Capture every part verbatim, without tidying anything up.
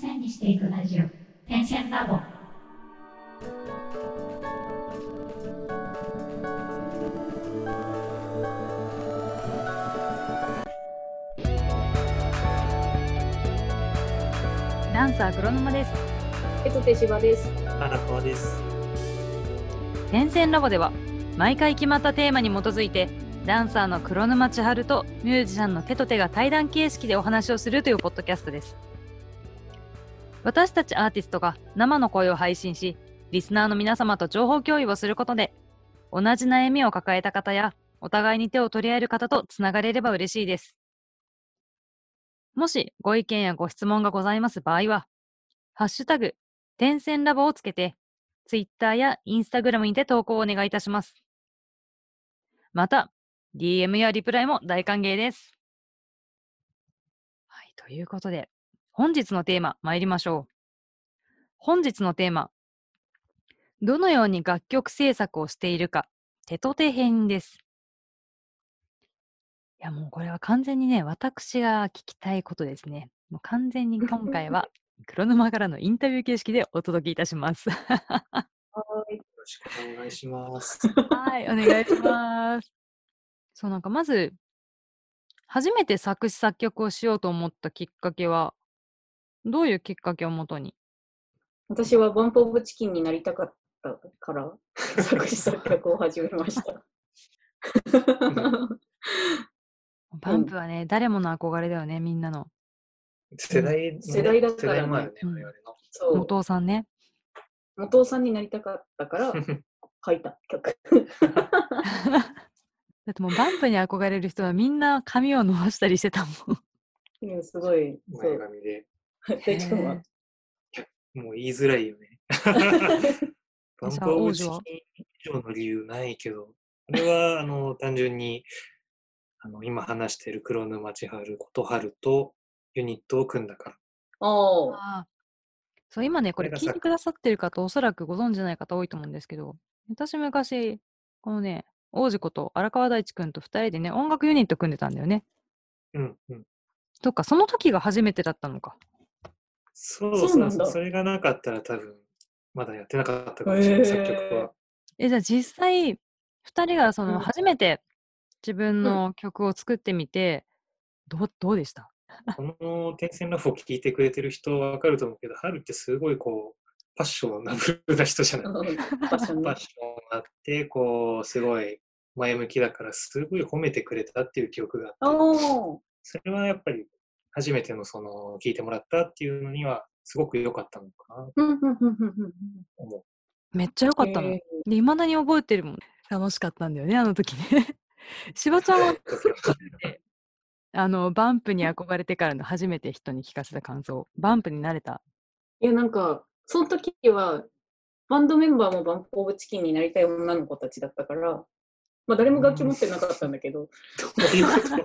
線にしていくラジオ、点線ラボ。 ダンサー黒沼です。 えと手芝です。 荒川です。 点線ラボでは毎回決まったテーマに基づいてダンサーの黒沼千春とミュージシャンの手と手が対談形式でお話をするというポッドキャストです。私たちアーティストが生の声を配信し、リスナーの皆様と情報共有をすることで、同じ悩みを抱えた方やお互いに手を取り合える方とつながれれば嬉しいです。もしご意見やご質問がございます場合は、ハッシュタグ点線ラボをつけてツイッターやインスタグラムにて投稿をお願いいたします。また ディーエム やリプライも大歓迎です。はい、ということで本日のテーマ参りましょう。本日のテーマ、どのように楽曲制作をしているか、手と手編です。いやもうこれは完全にね、私が聞きたいことですね。もう完全に今回は黒沼からのインタビュー形式でお届けいたします。 はい。 よろしくお願いします。 はい、お願いします。そう、なんかまず初めて作詞作曲をしようと思ったきっかけはどういうきっかけをもとに？ 私はバンプオブチキンになりたかったから作詞作曲を始めました。 バンプはね、誰もの憧れだよね、みんなの。 世代、 ね、世代だったらね、 世代もあるね、 うん、 我々の。 そう。 元尾さんね。 元尾さんになりたかったから書いた曲。 だってもうバンプに憧れる人はみんな髪を伸ばしたりしてたもん。 うん、すごい。 前髪で。 大ちゃんはもう言いづらいよね。バンプオブチキン以上の理由ないけど、これはあの単純にあの今話している黒沼千春、琴春とユニットを組んだから。 おあそう今ね、これ聞いてくださってる方、おそらくご存じない方多いと思うんですけど、私昔、このね、王子こと荒川大地くんとふたりでね、音楽ユニット組んでたんだよね。 うんうん。 そっか、その時が初めてだったのか。 そうそうそう、それがなかったら多分、まだやってなかったかもしれない、作曲は。 え、じゃあ実際、ふたりがその初めて自分の曲を作ってみて、うん、どう、どうでした？ この点線ラボを聴いてくれてる人はわかると思うけど、春ってすごいこう、パッションナブルな人じゃない。パッションあって、こう、すごい前向きだから、すごい褒めてくれたっていう記憶があって、それはやっぱり初めてのその、聴いてもらったっていうのには、すごく良かったのかなと思う。 めっちゃ良かったの。で、未だに覚えてるもん。楽しかったんだよね、あの時ね。しばちゃんはあのバンプに憧れてからの初めて人に聞かせた感想、バンプになれた？ いや、なんか、その時は、バンドメンバーもバンプオブチキンになりたい女の子たちだったから、まあ誰も楽器持ってなかったんだけど。 どういう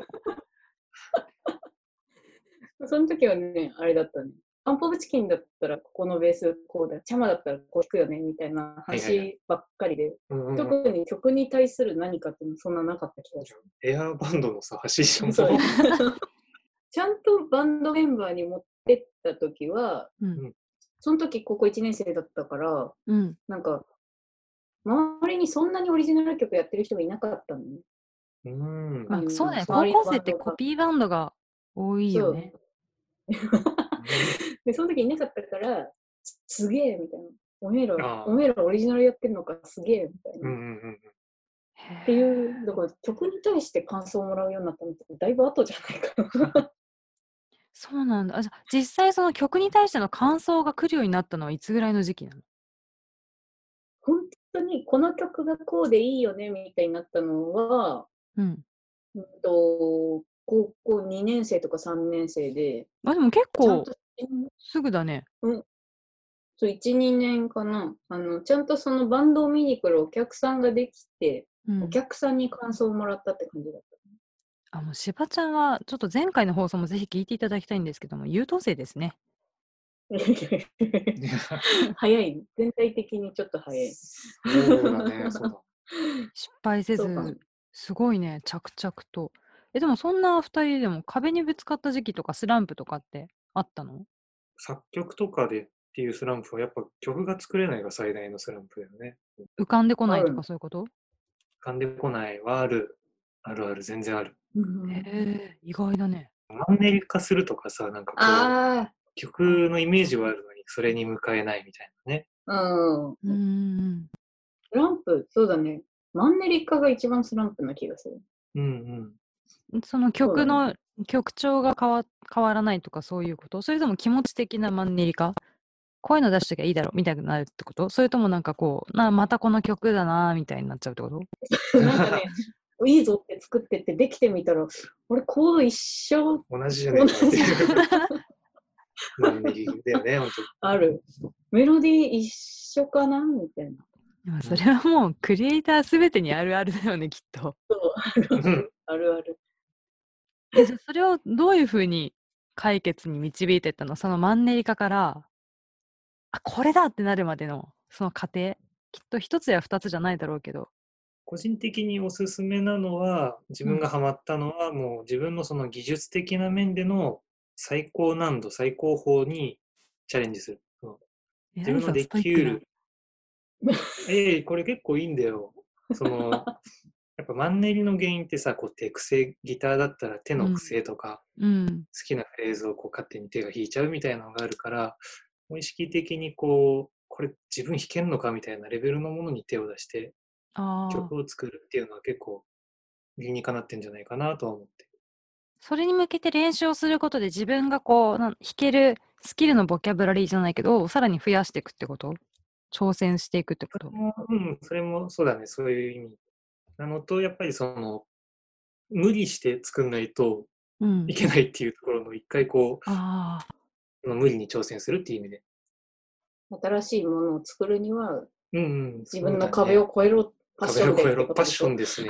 ことその時はね、あれだったね。バンプオブチキンだったらここのベースこうだ、チャマだったらこう弾くよねみたいな話ばっかりで、特に曲に対する何かっていうのそんななかった気がする。 エアーバンドのさ、走りもそうちゃんとバンドメンバーに持ってった時は、うん、その時高校いちねん生だったから、うん、なんか周りにそんなにオリジナル曲やってる人がいなかったのね。 うん、まあ、そうだね。高校生ってコピーバンドが多いよね。 でその時いなかったからすげえみたいな。おめえらおめえらオリジナルやってるのかすげえみたいな。うんうんうん、っていうだから曲に対して感想をもらうようになったのってだいぶ後じゃないかな。 そうなんだ。あ、じゃあ実際その曲に対しての感想が来るようになったのはいつぐらいの時期なの？ 本当にこの曲がこうでいいよねみたいになったのは、うん、うんと高校にねん生とかさんねん生で。 あ、でも結構すぐだね。 うん。そういち、にねんかな。あのちゃんとそのバンドを見に来るお客さんができて、うん、お客さんに感想をもらったって感じだった。 あ、もうしばちゃんはちょっと前回の放送もぜひ聞いていただきたいんですけども、優等生ですね。 早い。全体的にちょっと早い。 そうだね、そうだ。 失敗せず、すごいね、着々と。え、でもそんなふたりでも壁にぶつかった時期とかスランプとかってあったの？ 作曲とかでっていうスランプはやっぱ曲が作れないが最大のスランプだよね。 浮かんでこないとかそういうこと？浮かんでこないはある。あるある、全然ある。 へえ、意外だね。 マンネリ化するとかさ、なんかこう、曲のイメージはあるのに、それに向かえないみたいなね。 うん。 うん。 スランプ、そうだね。マンネリ化が一番スランプな気がする。 うんうん。その曲の、ね、曲調が変わ変わらないとかそういうこと？それとも気持ち的なマンネリ化？こういうの出しときゃいいだろみたいになるってこと？それともなんかこう、なまたこの曲だなみたいになっちゃうってこと？ なんかね、いいぞって作ってってできてみたら、俺コード一緒。 同じじゃないかっていう。マンネリだよね、本当。 ある。メロディー一緒かなみたいな。 それはもうクリエイターすべてにあるあるだよね、きっと。 そう、あるある。あるある。 え、じゃあそれをどういうふうに解決に導いていったの？そのマンネリ化から、あ、これだってなるまでのその過程。きっと一つや二つじゃないだろうけど。 個人的におすすめなのは、自分がハマったのは、うん、もう自分のその技術的な面での最高難度、最高峰にチャレンジする。自分のできうる。ええ、これ結構いいんだよ。その、やっぱマンネリの原因ってさ、こう手癖、ギターだったら手の癖とか、うん、好きなフレーズをこう勝手に手が弾いちゃうみたいなのがあるから、意識的にこう、これ自分弾けんのかみたいなレベルのものに手を出して、曲を作るっていうのは結構理にかなってんじゃないかなとは思って。 それに向けて練習をすることで自分がこう、弾けるスキルのボキャブラリーじゃないけど、さらに増やしていくってこと？挑戦していくってこと？ それも、うん、それもそうだね、そういう意味。なのと、やっぱりその、無理して作んないといけないっていうところの一回こう、うん、あ無理に挑戦するっていう意味で。 新しいものを作るには、 うんうん、 自分の壁を越えろ、ね、 パッションで。壁を越えろ、パッションですね。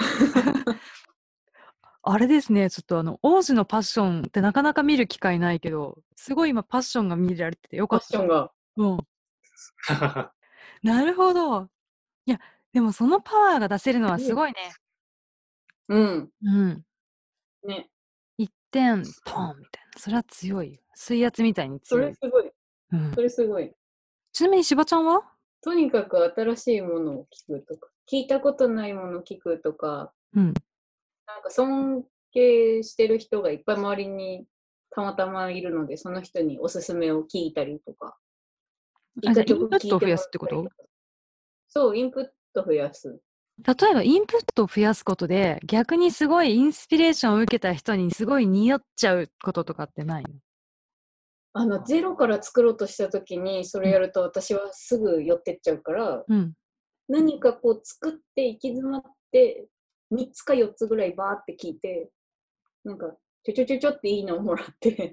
あれですね、ちょっとあの、王子のパッションってなかなか見る機会ないけど、すごい今パッションが見られててよかった。 パッションが。 うん。なるほど。いや、でもそのパワーが出せるのはすごいね。 うん。 うん。 ね。 一点、ポンみたいな。それは強い。水圧みたいに強い。それすごい。うん、それすごい。 ちなみにしばちゃんは？ とにかく新しいものを聞くとか、聞いたことないものを聞くとか、うん、なんか尊敬してる人がいっぱい周りにたまたまいるので、その人におすすめを聞いたりとか。 あ、じゃあインプットを増やすってこと？ そう、インプット増やす。 例えばインプットを増やすことで、逆にすごいインスピレーションを受けた人にすごい似合っちゃうこととかってないの？ あの、ゼロから作ろうとしたときに、それやると私はすぐ寄ってっちゃうから、うん、何かこう作って行き詰まって、みっつかよっつぐらいバーって聞いて、なんか、ちょちょちょちょっていいのをもらって、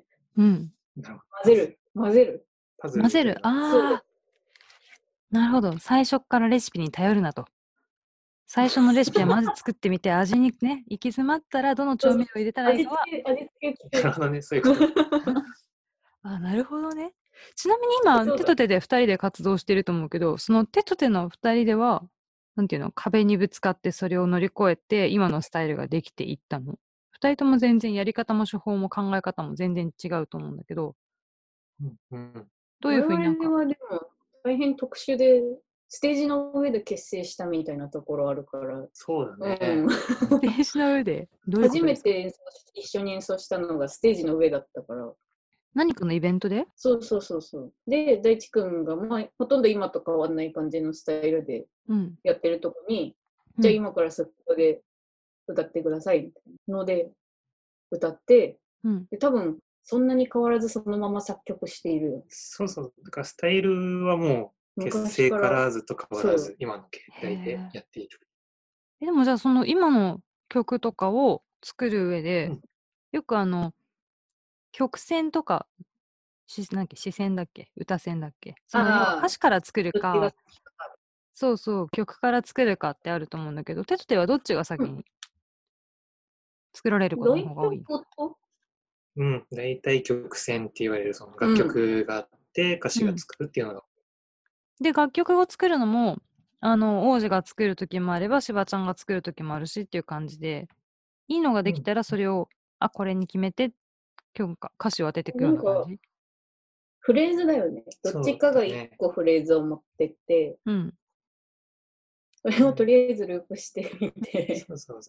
うん、混ぜる、混ぜる。 混ぜる、ああ。なるほど。最初からレシピに頼るなと。最初のレシピはまず作ってみて、味にね、行き詰まったらどの調味料を入れたらいいかは。 味付け、 なるほどね、そういうこと。 あ、なるほどね。ちなみに今、手と手でふたりで活動してると思うけど、その手と手のふたりでは、なんていうの、壁にぶつかってそれを乗り越えて、今のスタイルができていったの？ふたりとも全然やり方も手法も考え方も全然違うと思うんだけど、 うんうん、どういうふうになんか。我々はでも大変特殊で、ステージの上で結成したみたいなところあるから。 そうだね。 うん、ステージの上でどういうことですか？ 初めて演奏し一緒に演奏したのがステージの上だったから。 何かのイベントで？ そうそうそうそう。で、大地君が、まあ、ほとんど今と変わんない感じのスタイルでやってるとこに、うん、じゃあ今からそこで歌ってくださいみたいなので歌って、うん、で多分そんなに変わらずそのまま作曲している。 そうそう。だからスタイルはもう結成からずっと変わらず今の形態でやっている。 えでもじゃあその今の曲とかを作る上で、うん、よくあの曲線とかしなんだっけ、視線だっけ、歌線だっけ、その歌詞から作るか、そうそう曲から作るかってあると思うんだけど、手と手はどっちが先に作られることの方が多いの？ うん、大体曲線って言われるその楽曲があって歌詞がつくっていうのが、 うん、で楽曲を作るのもあの王子が作る時もあればしばちゃんが作る時もあるしっていう感じで、いいのができたらそれを、うん、あこれに決めて今日か歌詞を当てていくような感じ。 フレーズだよね。どっちかが一個フレーズを持ってって、 うん。 それをとりあえずループしてみて。 そうそうそう。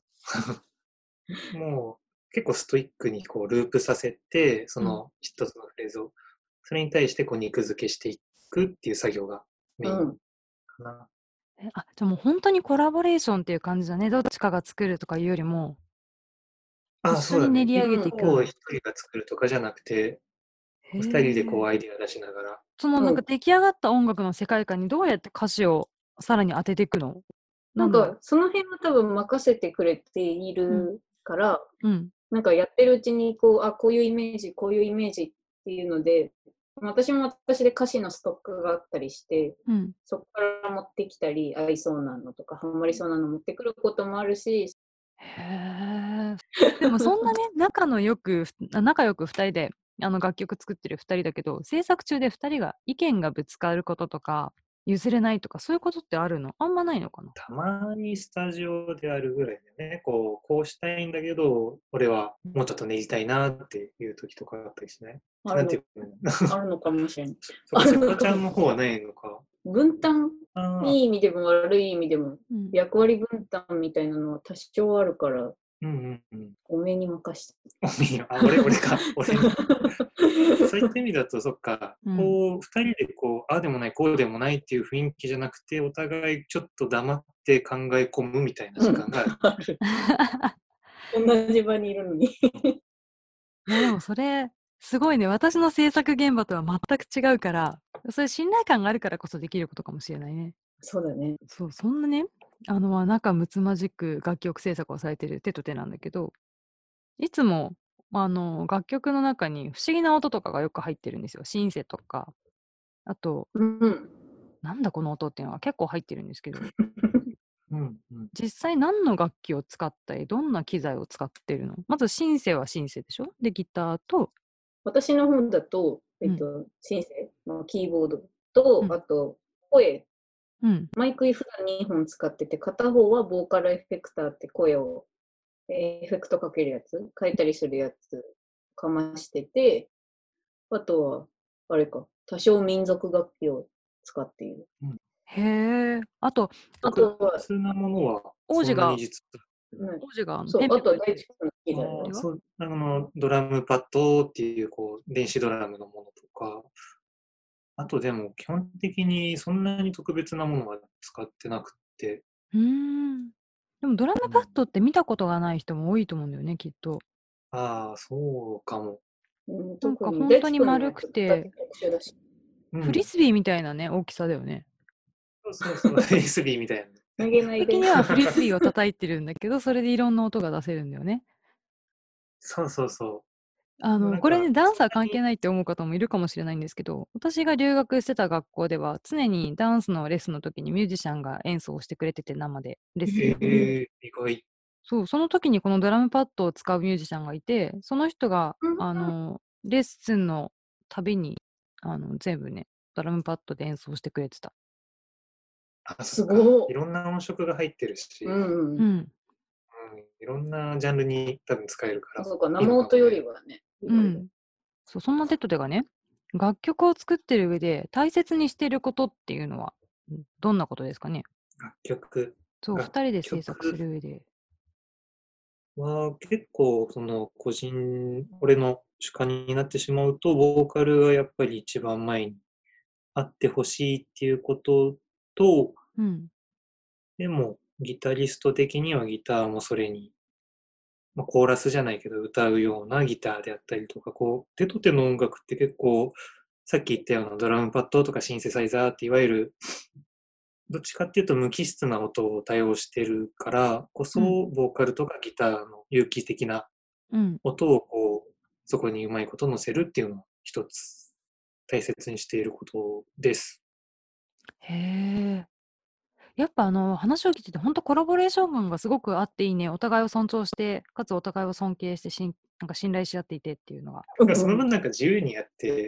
もう結構ストイックにこうループさせて、その一つのフレーズを、それに対してこう肉付けしていくっていう作業がメインかな。 うん、えあ、じゃあもう本当にコラボレーションっていう感じだね。どっちかが作るとかいうよりも、 あ、 一緒そうだね。 に練り上げていくような。 一人が作るとかじゃなくて、二人でこうアイディア出しながら。 そのなんか出来上がった音楽の世界観にどうやって歌詞をさらに当てていくの？ なんかその辺は多分任せてくれているから、 うん、 なんかやってるうちにこう、あ、こういうイメージ、こういうイメージっていうので、私も私で歌詞のストックがあったりして、 うん、 そこから持ってきたり、合いそうなのとか、ハマりそうなの持ってくることもあるし。 へえ。でもそんなね、仲のよく、仲良くふたりであの楽曲作ってるふたりだけど、制作中でふたりが意見がぶつかることとか、譲れないとか、そういうことってあるの？あんまないのかな？ たまにスタジオであるぐらいでね、こう、こうしたいんだけど、俺はもうちょっと練りたいなっていう時とかあったりしない？ あるのあるのかもしれない。 そか、せかちゃんの方はないのか。 分担、いい意味でも悪い意味でも、うん、役割分担みたいなのは多少あるから、 うんうんうん、 おめえに任して。 あ、俺、俺か。俺そういった意味だと、そっか、うん、こう、二人でこう、ああでもない、こうでもないっていう雰囲気じゃなくて、お互いちょっと黙って考え込むみたいな時間がある。 うん、同じ場にいるのに。 いや、でもそれ、すごいね。私の制作現場とは全く違うから、それ信頼感があるからこそできることかもしれないね。 そうだね。 そう、そんなね、あの、仲睦まじく楽曲制作をされてる手と手なんだけど、いつも、あの、楽曲の中に不思議な音とかがよく入ってるんですよ。シンセとか、あと、 うん、 なんだこの音っていうのは結構入ってるんですけど、 うんうん、 実際何の楽器を使ったり、どんな機材を使ってるの？まずシンセはシンセでしょ？で、ギターと、 私の方だと、えっと、うん、シンセのキーボードと、うん、あと、声。うん、マイク普段にほん使ってて、片方はボーカルエフェクターって声を、エフェクトかけるやつ、変えたりするやつかましてて、あとは、あれか、多少民族楽器を使っている。 うん、へえ。あと、 あとは、 普通なものは、 王子が、 うん、 王子が、 そう、あとは大地君の機材はそう、あの、ドラムパッドっていう、こう、電子ドラムのものとか、あとでも基本的にそんなに特別なものは使ってなくて。 うーん。でもドラムパッドって見たことがない人も多いと思うんだよね、きっと。 ああ、そうかも。 なんか本当に丸くて、フリスビーみたいなね、大きさだよね。 そうそうそう、フリスビーみたいな。 投げないで。 的にはフリスビーを叩いてるんだけど、それでいろんな音が出せるんだよね。 そうそうそう。 あの、これね、ダンサー関係ないって思う方もいるかもしれないんですけど、私が留学してた学校では、常にダンスのレッスンの時にミュージシャンが演奏してくれてて、生でレッスン。 えー、意外。 そう、その時にこのドラムパッドを使うミュージシャンがいて、その人が、あの、レッスンのたびに、あの、全部ね、ドラムパッドで演奏してくれてた。 あ、すごい。いろんな音色が入ってるし、 うんうんうん、 いろんなジャンルに多分使えるから。 そうか、生音よりはね。 うん。そう、そんなテトテがね、楽曲を作ってる上で大切にしていることっていうのは、どんなことですかね？ 楽曲。 そう、ふたりで制作する上で。 は結構その個人、俺の主観になってしまうと、ボーカルがやっぱり一番前にあってほしいっていうことと、 うん、 でもギタリスト的にはギターもそれに、まあ、コーラスじゃないけど歌うようなギターであったりとか、こう手と手の音楽って結構さっき言ったようなドラムパッドとかシンセサイザーっていわゆるどっちかっていうと無機質な音を多用してるからこそ、うん、ボーカルとかギターの有機的な音をこう、そこにうまいこと乗せるっていうのを一つ大切にしていることです。 へえ。やっぱあの話を聞いてて本当コラボレーション感がすごくあっていいね。お互いを尊重して、かつお互いを尊敬してしん、なんか信頼し合っていてっていうのが。 その分なんか自由にやって、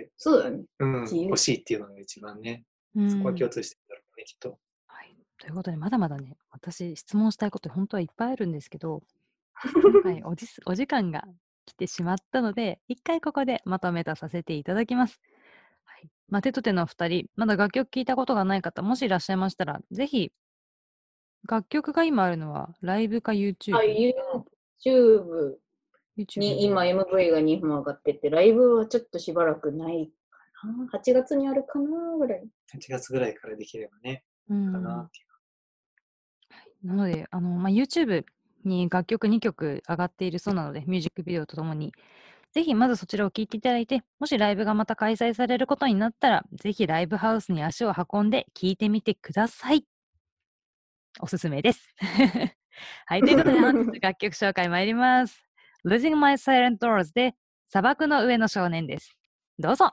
そうだね。 うん、欲しいっていうのが一番ね、うん、そこは共通してるだろうね、きっと。 はい。ということで、まだまだね、私質問したいこと本当はいっぱいあるんですけど、今回おじお時間が来てしまったので、一回ここでまとめとさせていただきます。はい、 まあ、テトテのふたり、まだ楽曲聴いたことがない方、もしいらっしゃいましたら、ぜひ、楽曲が今あるのは、ライブか YouTube？ あ、YouTube に今 エムブイ がにほん上がってて、ライブはちょっとしばらくないかな。はちがつにあるかなぐらい。 はちがつぐらいからできればね、かなっていう。 なので、あの、まあ、YouTube に楽曲にきょく上がっているそうなので、ミュージックビデオとともに、ぜひまずそちらを聴いていただいて、もしライブがまた開催されることになったら、ぜひライブハウスに足を運んで聴いてみてください。おすすめです。はい、ということで本日楽曲紹介参ります。Losing My Silent Doors で砂漠の上の少年です。どうぞ。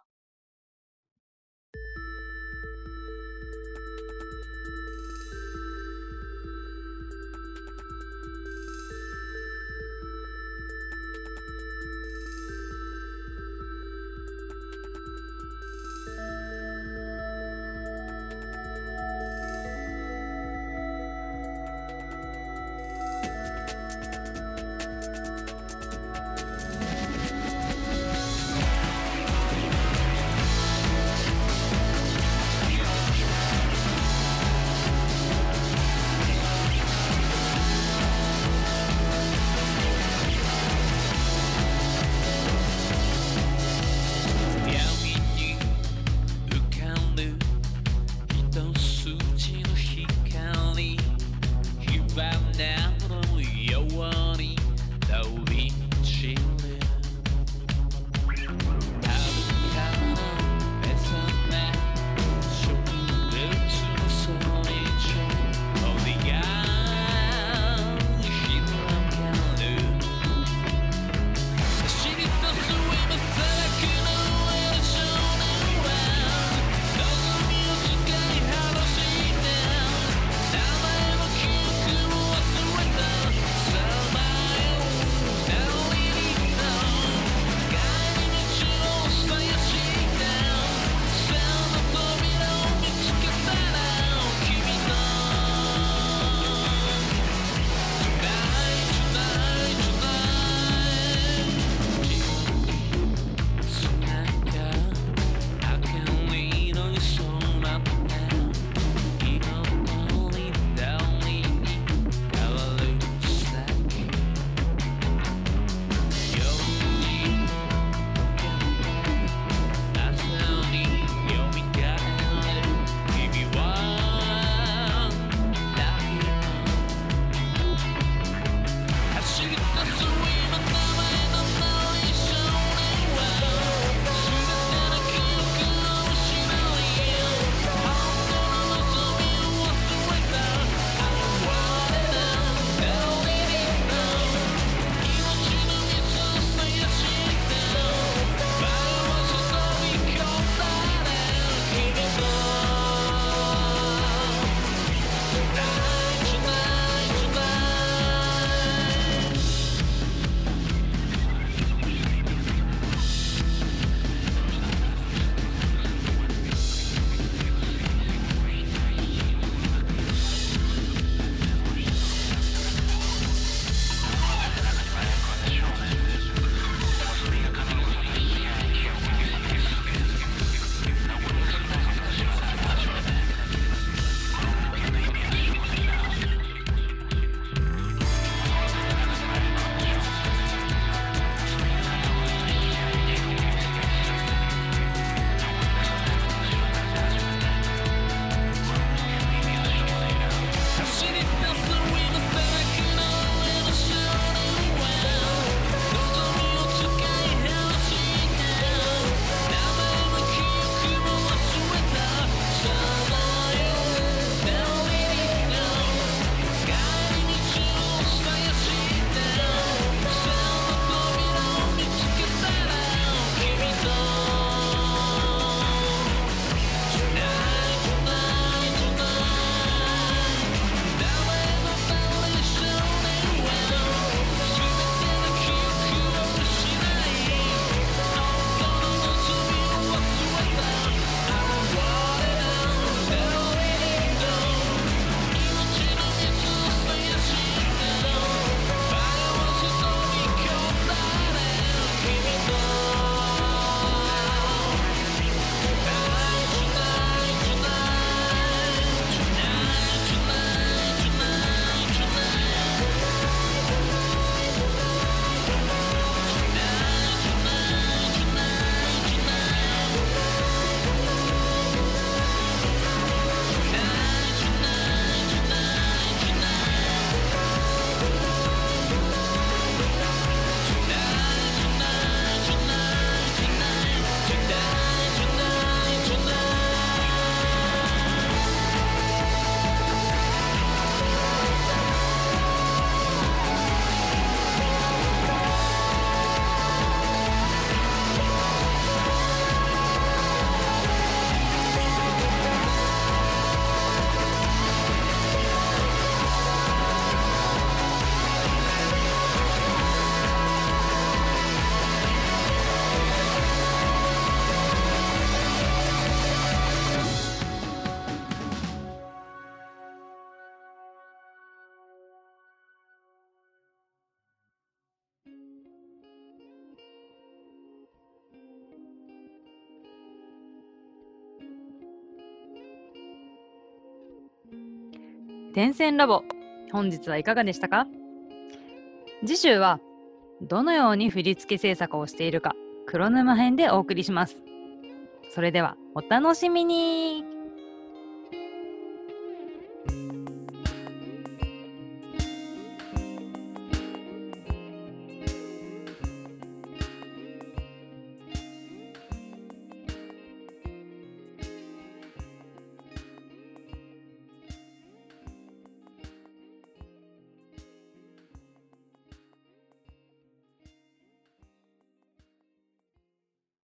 点線ラボ、本日はいかがでしたか？次週はどのように振付制作をしているか黒沼編でお送りします。それではお楽しみに。